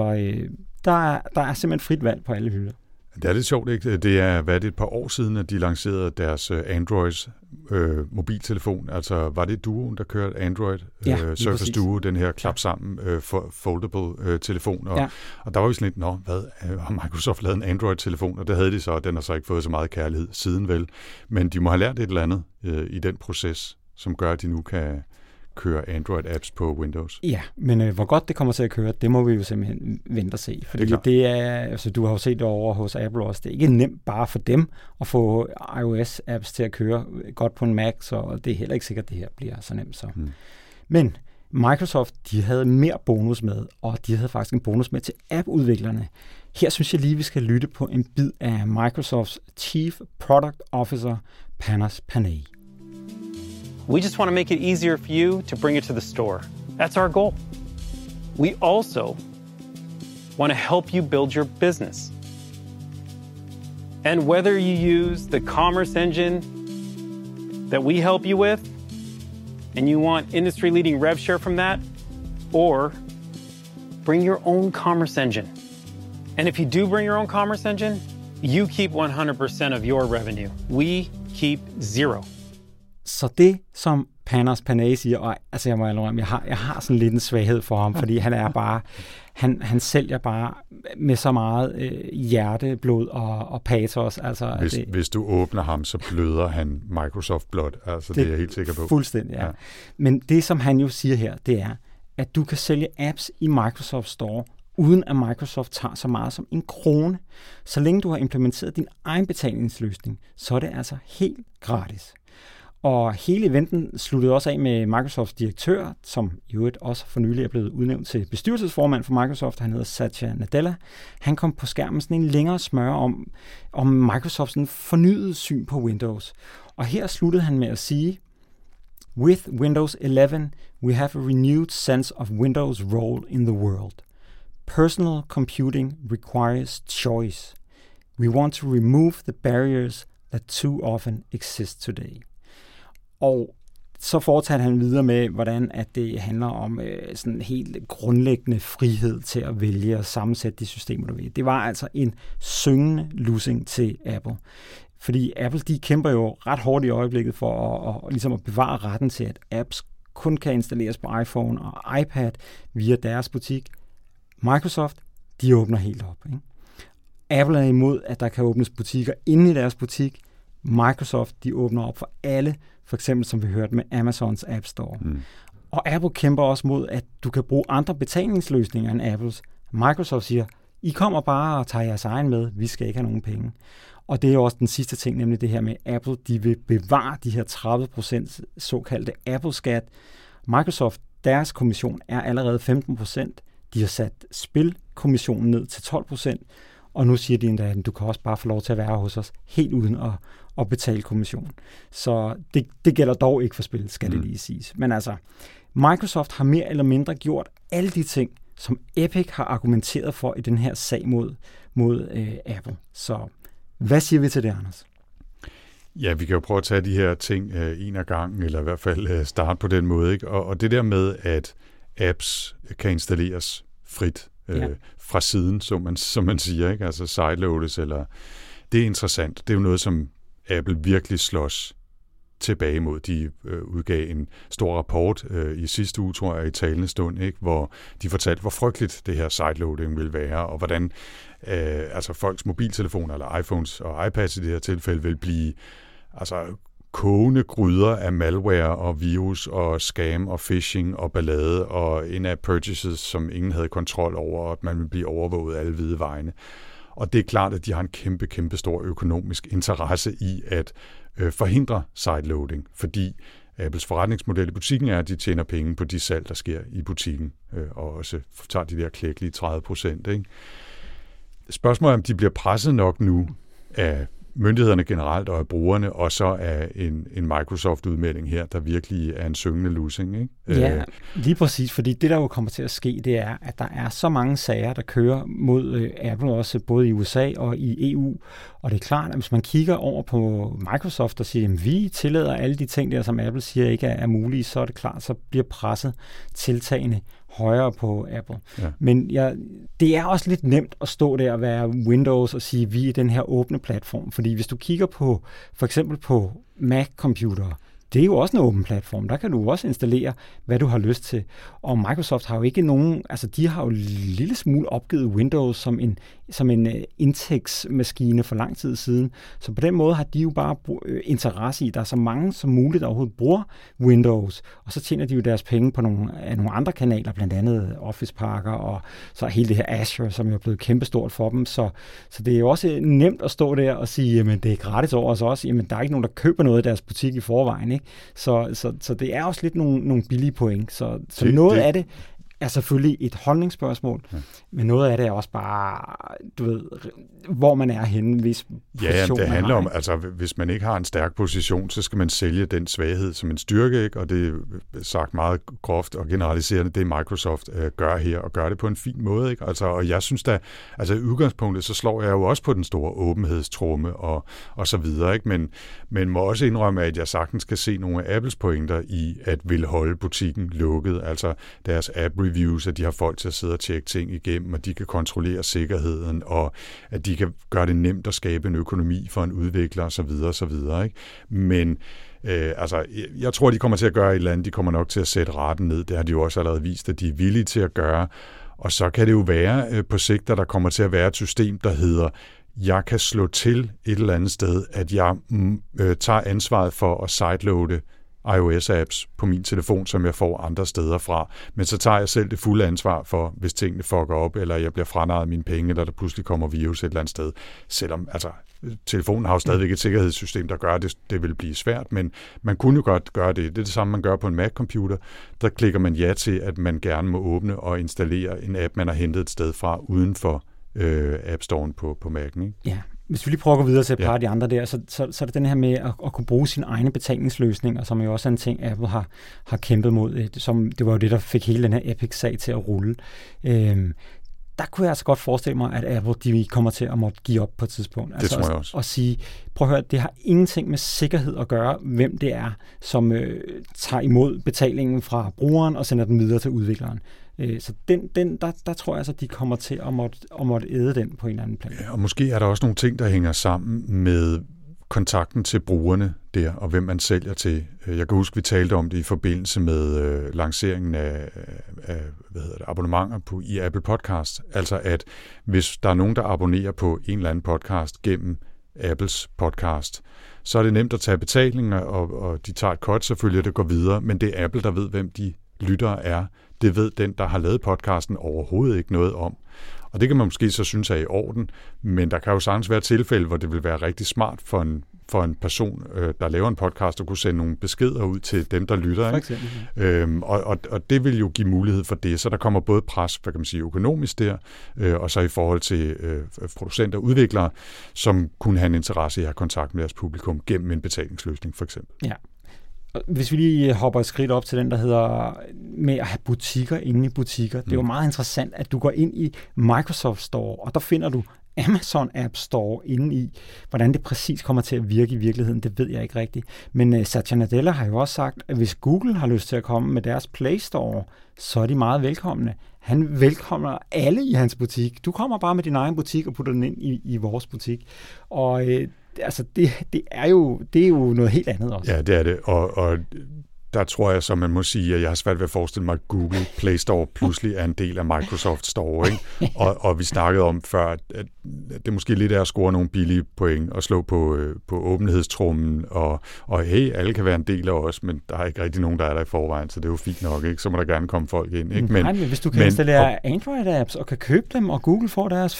der er simpelthen frit valg på alle hylder. Det er lidt sjovt, ikke? Det er, hvad er det, et par år siden, at de lancerede deres Androids mobiltelefon. Altså, var det Duoen, der kørte Android? Surface præcis. Duo, den her klap sammen foldable telefon. Og der var jo sådan lidt, hvad har Microsoft lavet en Android-telefon? Og det havde de så, og den har så ikke fået så meget kærlighed siden vel. Men de må have lært et eller andet i den proces, som gør, at de nu kan køre Android-apps på Windows. Ja, men hvor godt det kommer til at køre, det må vi jo simpelthen vente og se. Fordi det er, altså, du har jo set det over hos Apple også, det er ikke nemt bare for dem at få iOS-apps til at køre godt på en Mac, så det er heller ikke sikkert, at det her bliver så nemt. Så. Men Microsoft, de havde mere bonus med, og de havde faktisk en bonus med til app-udviklerne. Her synes jeg lige, vi skal lytte på en bid af Microsofts Chief Product Officer, Panos Panay. We just want to make it easier for you to bring it to the store. That's our goal. We also want to help you build your business. And whether you use the commerce engine that we help you with, and you want industry-leading rev share from that, or bring your own commerce engine. And if you do bring your own commerce engine, you keep 100% of your revenue. We keep 0. Så det, som Panos Panay siger, og altså jeg må indrømme, jeg har sådan lidt en svaghed for ham, fordi han er bare, han sælger bare med så meget hjerteblod og patos. Altså, hvis du åbner ham, så bløder han Microsoft blod. Altså det er jeg helt sikker på. Fuldstændig, ja. Men det, som han jo siger her, det er, at du kan sælge apps i Microsoft Store, uden at Microsoft tager så meget som 1 krone. Så længe du har implementeret din egen betalingsløsning, så er det altså helt gratis. Og hele eventen sluttede også af med Microsofts direktør, som jo også for nylig er blevet udnævnt til bestyrelsesformand for Microsoft. Han hedder Satya Nadella. Han kom på skærmen sådan en længere smøre om Microsofts fornyede syn på Windows. Og her sluttede han med at sige, With Windows 11, we have a renewed sense of Windows' role in the world. Personal computing requires choice. We want to remove the barriers that too often exist today. Og så fortsatte han videre med, hvordan at det handler om sådan helt grundlæggende frihed til at vælge og sammensætte de systemer, du vil. Det var altså en syngende lussing til Apple. Fordi Apple, de kæmper jo ret hårdt i øjeblikket for ligesom at bevare retten til, at apps kun kan installeres på iPhone og iPad via deres butik. Microsoft, de åbner helt op. Ikke? Apple er imod, at der kan åbnes butikker inde i deres butik. Microsoft, de åbner op for alle, for eksempel som vi hørte med Amazons App Store. Og Apple kæmper også mod, at du kan bruge andre betalingsløsninger end Apples. Microsoft siger, I kommer bare og tager jeres egen med, vi skal ikke have nogen penge. Og det er også den sidste ting, nemlig det her med Apple, de vil bevare de her 30% såkaldte Apple-skat. Microsoft, deres kommission er allerede 15%. De har sat spilkommissionen ned til 12%. og nu siger de endda, at du kan også bare få lov til at være hos os, helt uden at betale kommission. Så det gælder dog ikke for spil, skal det lige siges. Men altså, Microsoft har mere eller mindre gjort alle de ting, som Epic har argumenteret for i den her sag mod Apple. Så hvad siger vi til det, Anders? Ja, vi kan jo prøve at tage de her ting en af gangen, eller i hvert fald starte på den måde, ikke? Og det der med, at apps kan installeres frit fra siden, som man siger, ikke? Altså sideloades, eller det er interessant. Det er jo noget, som Apple virkelig slås tilbage mod. De udgav en stor rapport i sidste uge, tror jeg, i talende stund, ikke? Hvor de fortalte, hvor frygteligt det her sideloading vil være, og hvordan altså folks mobiltelefoner, eller iPhones og iPads i det her tilfælde, vil blive altså kogende gryder af malware og virus og scam og phishing og ballade og in-app purchases, som ingen havde kontrol over, og at man vil blive overvåget alle hvide vegne. Og det er klart, at de har en kæmpe stor økonomisk interesse i at forhindre sideloading, fordi Apples forretningsmodel i butikken er, at de tjener penge på de salg, der sker i butikken, og også tager de der klækkelige 30%. Ikke? Spørgsmålet er, om de bliver presset nok nu af myndighederne generelt og af brugerne, og så af en Microsoft-udmelding her, der virkelig er en syngende lussing, ikke? Ja, lige præcis, fordi det, der jo kommer til at ske, det er, at der er så mange sager, der kører mod Apple også, både i USA og i EU, og det er klart, at hvis man kigger over på Microsoft og siger, at vi tillader alle de ting der, som Apple siger ikke er mulige, så er det klart, så bliver presset tiltagende højere på Apple. Ja. Men det er også lidt nemt at stå der og være Windows og sige, at vi er den her åbne platform. Fordi hvis du kigger på, for eksempel på Mac-computere, det er jo også en åben platform. Der kan du også installere, hvad du har lyst til. Og Microsoft har jo ikke nogen, altså de har jo en lille smule opgivet Windows som en indtægtsmaskine for lang tid siden. Så på den måde har de jo bare interesse i, at der er så mange som muligt, der overhovedet bruger Windows. Og så tjener de jo deres penge på nogle andre kanaler, blandt andet Office-pakker, og så hele det her Azure, som jo er blevet kæmpestort for dem. Så det er jo også nemt at stå der og sige, jamen det er gratis over os også. Jamen der er ikke nogen, der køber noget i deres butik i forvejen, ikke? Så det er også lidt nogle billige point. Så noget af det er selvfølgelig et holdningsspørgsmål, men noget af det er også bare, du ved, hvor man er henne, hvis position det handler om, altså hvis man ikke har en stærk position, så skal man sælge den svaghed som en styrke, ikke? Og det er sagt meget groft og generaliserende, det Microsoft gør her, og gør det på en fin måde, ikke? Altså, og jeg synes da, altså i udgangspunktet, så slår jeg jo også på den store åbenhedstrumme og så videre, ikke? Men må også indrømme, at jeg sagtens kan se nogle af Apples pointer i at ville holde butikken lukket, altså deres app reviews, at de har folk til at sidde og tjekke ting igennem, og de kan kontrollere sikkerheden, og at de kan gøre det nemt at skabe en økonomi for en udvikler, og så videre, ikke? Men altså, jeg tror, de kommer til at gøre et eller andet. De kommer nok til at sætte raten ned. Det har de jo også allerede vist, at de er villige til at gøre. Og så kan det jo være på sigt, at der kommer til at være et system, der hedder, jeg kan slå til et eller andet sted, at jeg tager ansvaret for at sideloade iOS-apps på min telefon, som jeg får andre steder fra. Men så tager jeg selv det fulde ansvar for, hvis tingene fucker op, eller jeg bliver franejet mine penge, eller der pludselig kommer virus et eller andet sted. Selvom, altså, telefonen har jo stadigvæk et sikkerhedssystem, der gør, at det vil blive svært, men man kunne jo godt gøre det. Det er det samme, man gør på en Mac-computer. Der klikker man ja til, at man gerne må åbne og installere en app, man har hentet et sted fra, uden for App Store'en på Mac'en, ikke? Ja. Hvis vi lige prøver at gå videre til et par af de andre der, så er det den her med at kunne bruge sine egne betalingsløsninger, som jo også er en ting, Apple har kæmpet mod. Det var jo det, der fik hele den her Epic-sag til at rulle. Der kunne jeg altså godt forestille mig, at Apple de kommer til at måtte give op på et tidspunkt. Det tror jeg også. Og sige, prøv at høre, det har ingenting med sikkerhed at gøre, hvem det er, som tager imod betalingen fra brugeren og sender den videre til udvikleren. Så der tror jeg altså, de kommer til at måtte æde den på en eller anden plan. Ja, og måske er der også nogle ting, der hænger sammen med kontakten til brugerne der, og hvem man sælger til. Jeg kan huske, vi talte om det i forbindelse med lanceringen af abonnementer i Apple Podcast. Altså at hvis der er nogen, der abonnerer på en eller anden podcast gennem Apples podcast, så er det nemt at tage betalinger, og de tager et cut selvfølgelig, det går videre, men det er Apple, der ved, hvem de lyttere er. Det ved den, der har lavet podcasten, overhovedet ikke noget om. Og det kan man måske så synes er i orden, men der kan jo sagtens være tilfælde, hvor det vil være rigtig smart for for en person, der laver en podcast, at kunne sende nogle beskeder ud til dem, der lytter. Ikke? Og det vil jo give mulighed for det. Så der kommer både pres, hvad kan man sige, økonomisk der, og så i forhold til producenter og udviklere, som kunne have en interesse i at have kontakt med deres publikum gennem en betalingsløsning, for eksempel. Ja. Hvis vi lige hopper et skridt op til den, der hedder med at have butikker inde i butikker. Det er jo meget interessant, at du går ind i Microsoft Store, og der finder du Amazon App Store inde i. Hvordan det præcis kommer til at virke i virkeligheden, det ved jeg ikke rigtigt. Men Satya Nadella har jo også sagt, at hvis Google har lyst til at komme med deres Play Store, så er de meget velkomne. Han velkommer alle i hans butik. Du kommer bare med din egen butik og putter den ind i vores butik. Og altså det er jo noget helt andet også. Ja, det er det. Og der tror jeg, som man må sige, at jeg har svært ved at forestille mig, at Google Play Store pludselig er en del af Microsoft Store. Ikke? Og vi snakkede om før, at det måske lidt er at score nogle billige point og slå på åbenhedstrummen, og hey, alle kan være en del af os, men der er ikke rigtig nogen, der er der i forvejen, så det er jo fint nok, ikke? Så må der gerne komme folk ind. Ikke? Men hvis du kan installere Android-apps og kan købe dem, og Google får deres 15-30%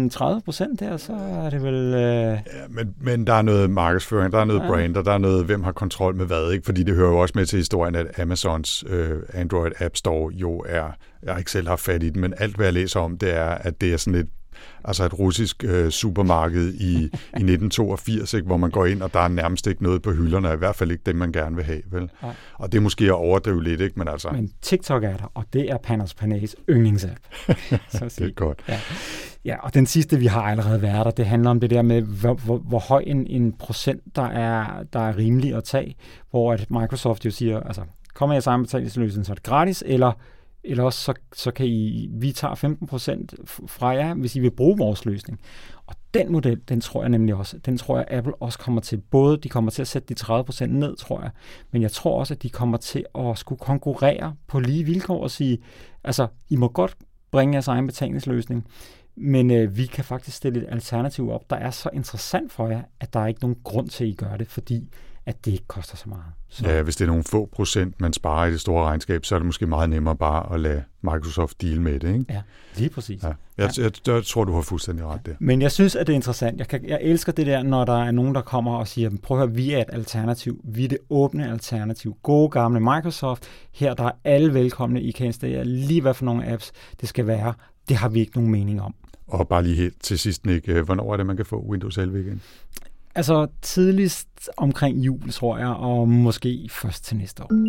der, så er det vel... Ja, men der er noget markedsføring, der er noget brand, og der er noget, hvem har kontrol med hvad, ikke? Fordi det hører jo også med til historien, at Amazons Android App Store jo er, jeg har ikke selv haft fat i den, men alt hvad jeg læser om, det er, at det er sådan et russisk supermarked i 1982, ikke, hvor man går ind, og der er nærmest ikke noget på hylderne, i hvert fald ikke det, man gerne vil have, vel? Ja. Og det er måske at overdrive lidt, ikke? Men altså... Men TikTok er der, og det er Panos Panay's yndlingsapp. Det er godt. Ja, og den sidste, vi har allerede været der, det handler om det der med, hvor høj en procent, der er rimelig at tage, hvor at Microsoft jo siger, altså, kommer jeg sammen betalingsløsning, så er det gratis, eller også så kan vi tager 15% fra jer, hvis I vil bruge vores løsning. Og den model, den tror jeg Apple også kommer til. Både de kommer til at sætte de 30% ned, tror jeg, men jeg tror også, at de kommer til at skulle konkurrere på lige vilkår og sige, altså, I må godt bringe jeres egen betalingsløsning, men vi kan faktisk stille et alternativ op, der er så interessant for jer, at der er ikke nogen grund til, at I gør det, fordi at det ikke koster så meget. Så. Ja, hvis det er nogle få procent, man sparer i det store regnskab, så er det måske meget nemmere bare at lade Microsoft deal med det, ikke? Ja, lige præcis. Ja. Jeg tror, du har fuldstændig ret der. Men jeg synes, at det er interessant. Jeg elsker det der, når der er nogen, der kommer og siger, prøv at høre, vi er et alternativ. Vi er det åbne alternativ. Gode gamle Microsoft. Her der er alle velkomne. I kan installere lige hvad for nogle apps det skal være. Det har vi ikke nogen mening om. Og bare lige helt til sidst, Nick, hvornår er det, man kan få Windows 11 igen? Altså tidligst omkring jul, tror jeg, og måske først til næste år.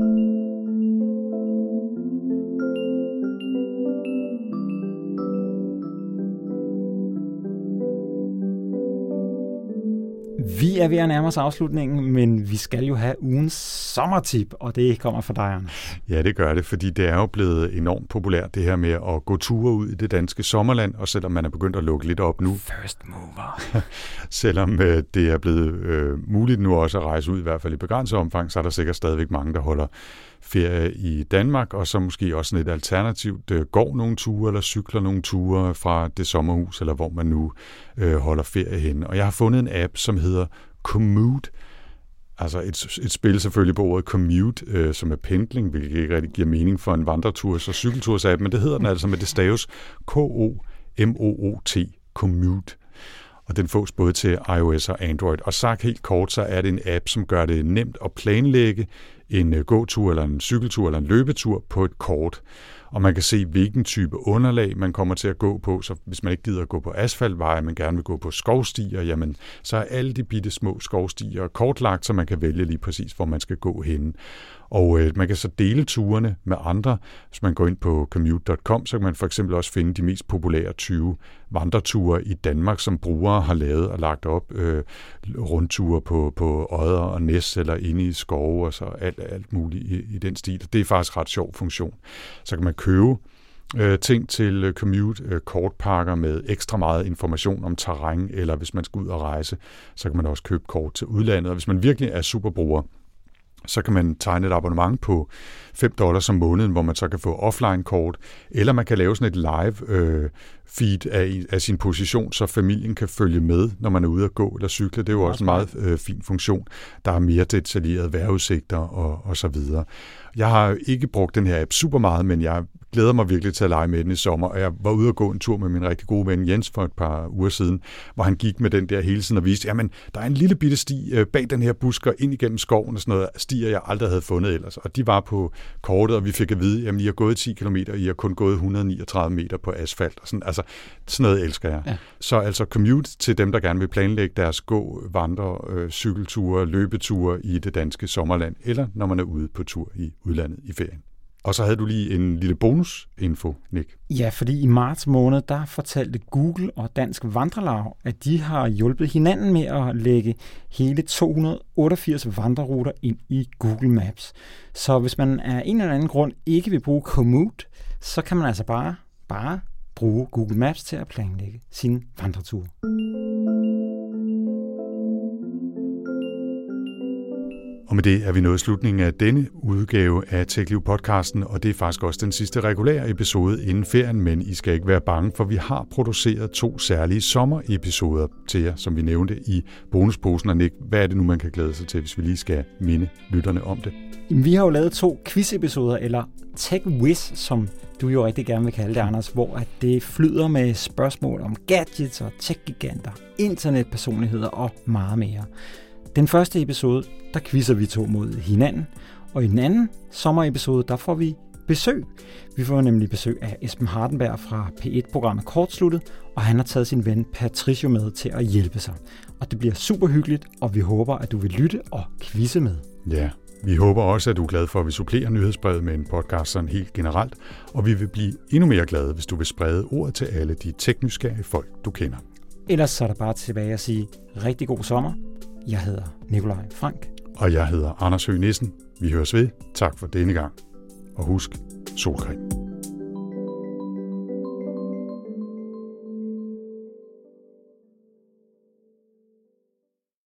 Vi er ved at nærme os afslutningen, men vi skal jo have ugens sommertip, og det kommer fra dig, Anders. Ja, det gør det, fordi det er jo blevet enormt populært, det her med at gå ture ud i det danske sommerland, og selvom man er begyndt at lukke lidt op nu. First mover. Selvom det er blevet muligt nu også at rejse ud, i hvert fald i begrænset omfang, så er der sikkert stadigvæk mange, der holder ferie i Danmark, og så måske også sådan et alternativt går nogle ture, eller cykler nogle ture fra det sommerhus, eller hvor man nu holder ferie henne. Og jeg har fundet en app, som hedder Komoot. Altså et spil selvfølgelig på ordet commute, som er pendling, hvilket ikke rigtig giver mening for en vandreturs- og cykelturs-app, men det hedder den altså med det staves K-O-M-O-O-T, Komoot. Og den fås både til iOS og Android. Og sagt helt kort, så er det en app, som gør det nemt at planlægge en gåtur, eller en cykeltur, eller en løbetur på et kort. Og man kan se, hvilken type underlag man kommer til at gå på. Så hvis man ikke gider at gå på asfaltveje, men gerne vil gå på skovstier, jamen så er alle de bitte små skovstier kortlagt, så man kan vælge lige præcis, hvor man skal gå henne. Og man kan så dele turene med andre. Hvis man går ind på commute.com, så kan man for eksempel også finde de mest populære 20 vandreture i Danmark, som brugere har lavet og lagt op. Rundture på Odder og Næs, eller inde i skove, og så alt muligt i den stil. Det er faktisk ret sjov funktion. Så kan man købe ting til commute, kortpakker med ekstra meget information om terræn, eller hvis man skal ud og rejse, så kan man også købe kort til udlandet. Og hvis man virkelig er superbruger, Så kan man tegne et abonnement på $5 om måneden, hvor man så kan få offline-kort, eller man kan lave sådan et live feed af sin position, så familien kan følge med, når man er ude at gå eller cykle. Det er jo også en meget fin funktion. Der er mere detaljerede vejrudsigter og så videre. Jeg har ikke brugt den her app super meget, men jeg glæder mig virkelig til at lege med den i sommer, og jeg var ude at gå en tur med min rigtig gode ven Jens for et par uger siden, hvor han gik med den der hele tiden og viste, jamen, der er en lille bitte sti bag den her busker ind igennem skoven og sådan noget, stier jeg aldrig havde fundet ellers. Og de var på kortet, og vi fik at vide, jamen, I har gået 10 kilometer, I har kun gået 139 meter på asfalt. Og sådan, altså, sådan noget elsker jeg. Ja. Så altså commute til dem, der gerne vil planlægge deres gå, vandre, cykelture, løbeture i det danske sommerland, eller når man er ude på tur i udlandet i ferien. Og så havde du lige en lille bonusinfo, Nick. Ja, fordi i marts måned, der fortalte Google og Dansk Vandrelag, at de har hjulpet hinanden med at lægge hele 288 vandreruter ind i Google Maps. Så hvis man af en eller anden grund ikke vil bruge Komoot, så kan man altså bare bruge Google Maps til at planlægge sin vandretur. Og med det er vi nået slutningen af denne udgave af TechLiv-podcasten, og det er faktisk også den sidste regulære episode inden ferien, men I skal ikke være bange, for vi har produceret 2 særlige sommerepisoder til jer, som vi nævnte i bonusposen. Og Nick, hvad er det nu, man kan glæde sig til, hvis vi lige skal minde lytterne om det? Vi har jo lavet 2 quiz-episoder, eller TechWiz, som du jo rigtig gerne vil kalde det, Anders, hvor det flyder med spørgsmål om gadgets og tech-giganter, internetpersonligheder og meget mere. Den første episode, der quizzer vi 2 mod hinanden, og i den anden sommerepisode, der får vi besøg. Vi får nemlig besøg af Esben Hardenberg fra P1-programmet Kortsluttet, og han har taget sin ven Patricio med til at hjælpe sig. Og det bliver super hyggeligt, og vi håber, at du vil lytte og quizze med. Ja, vi håber også, at du er glad for, at vi supplerer nyhedsbrevet med en podcast sådan helt generelt, og vi vil blive endnu mere glade, hvis du vil sprede ordet til alle de teknysgerrige folk, du kender. Ellers så er der bare tilbage at sige rigtig god sommer. Jeg hedder Nikolaj Frank. Og jeg hedder Anders Høgh Nissen. Vi høres ved. Tak for denne gang. Og husk, solcreme.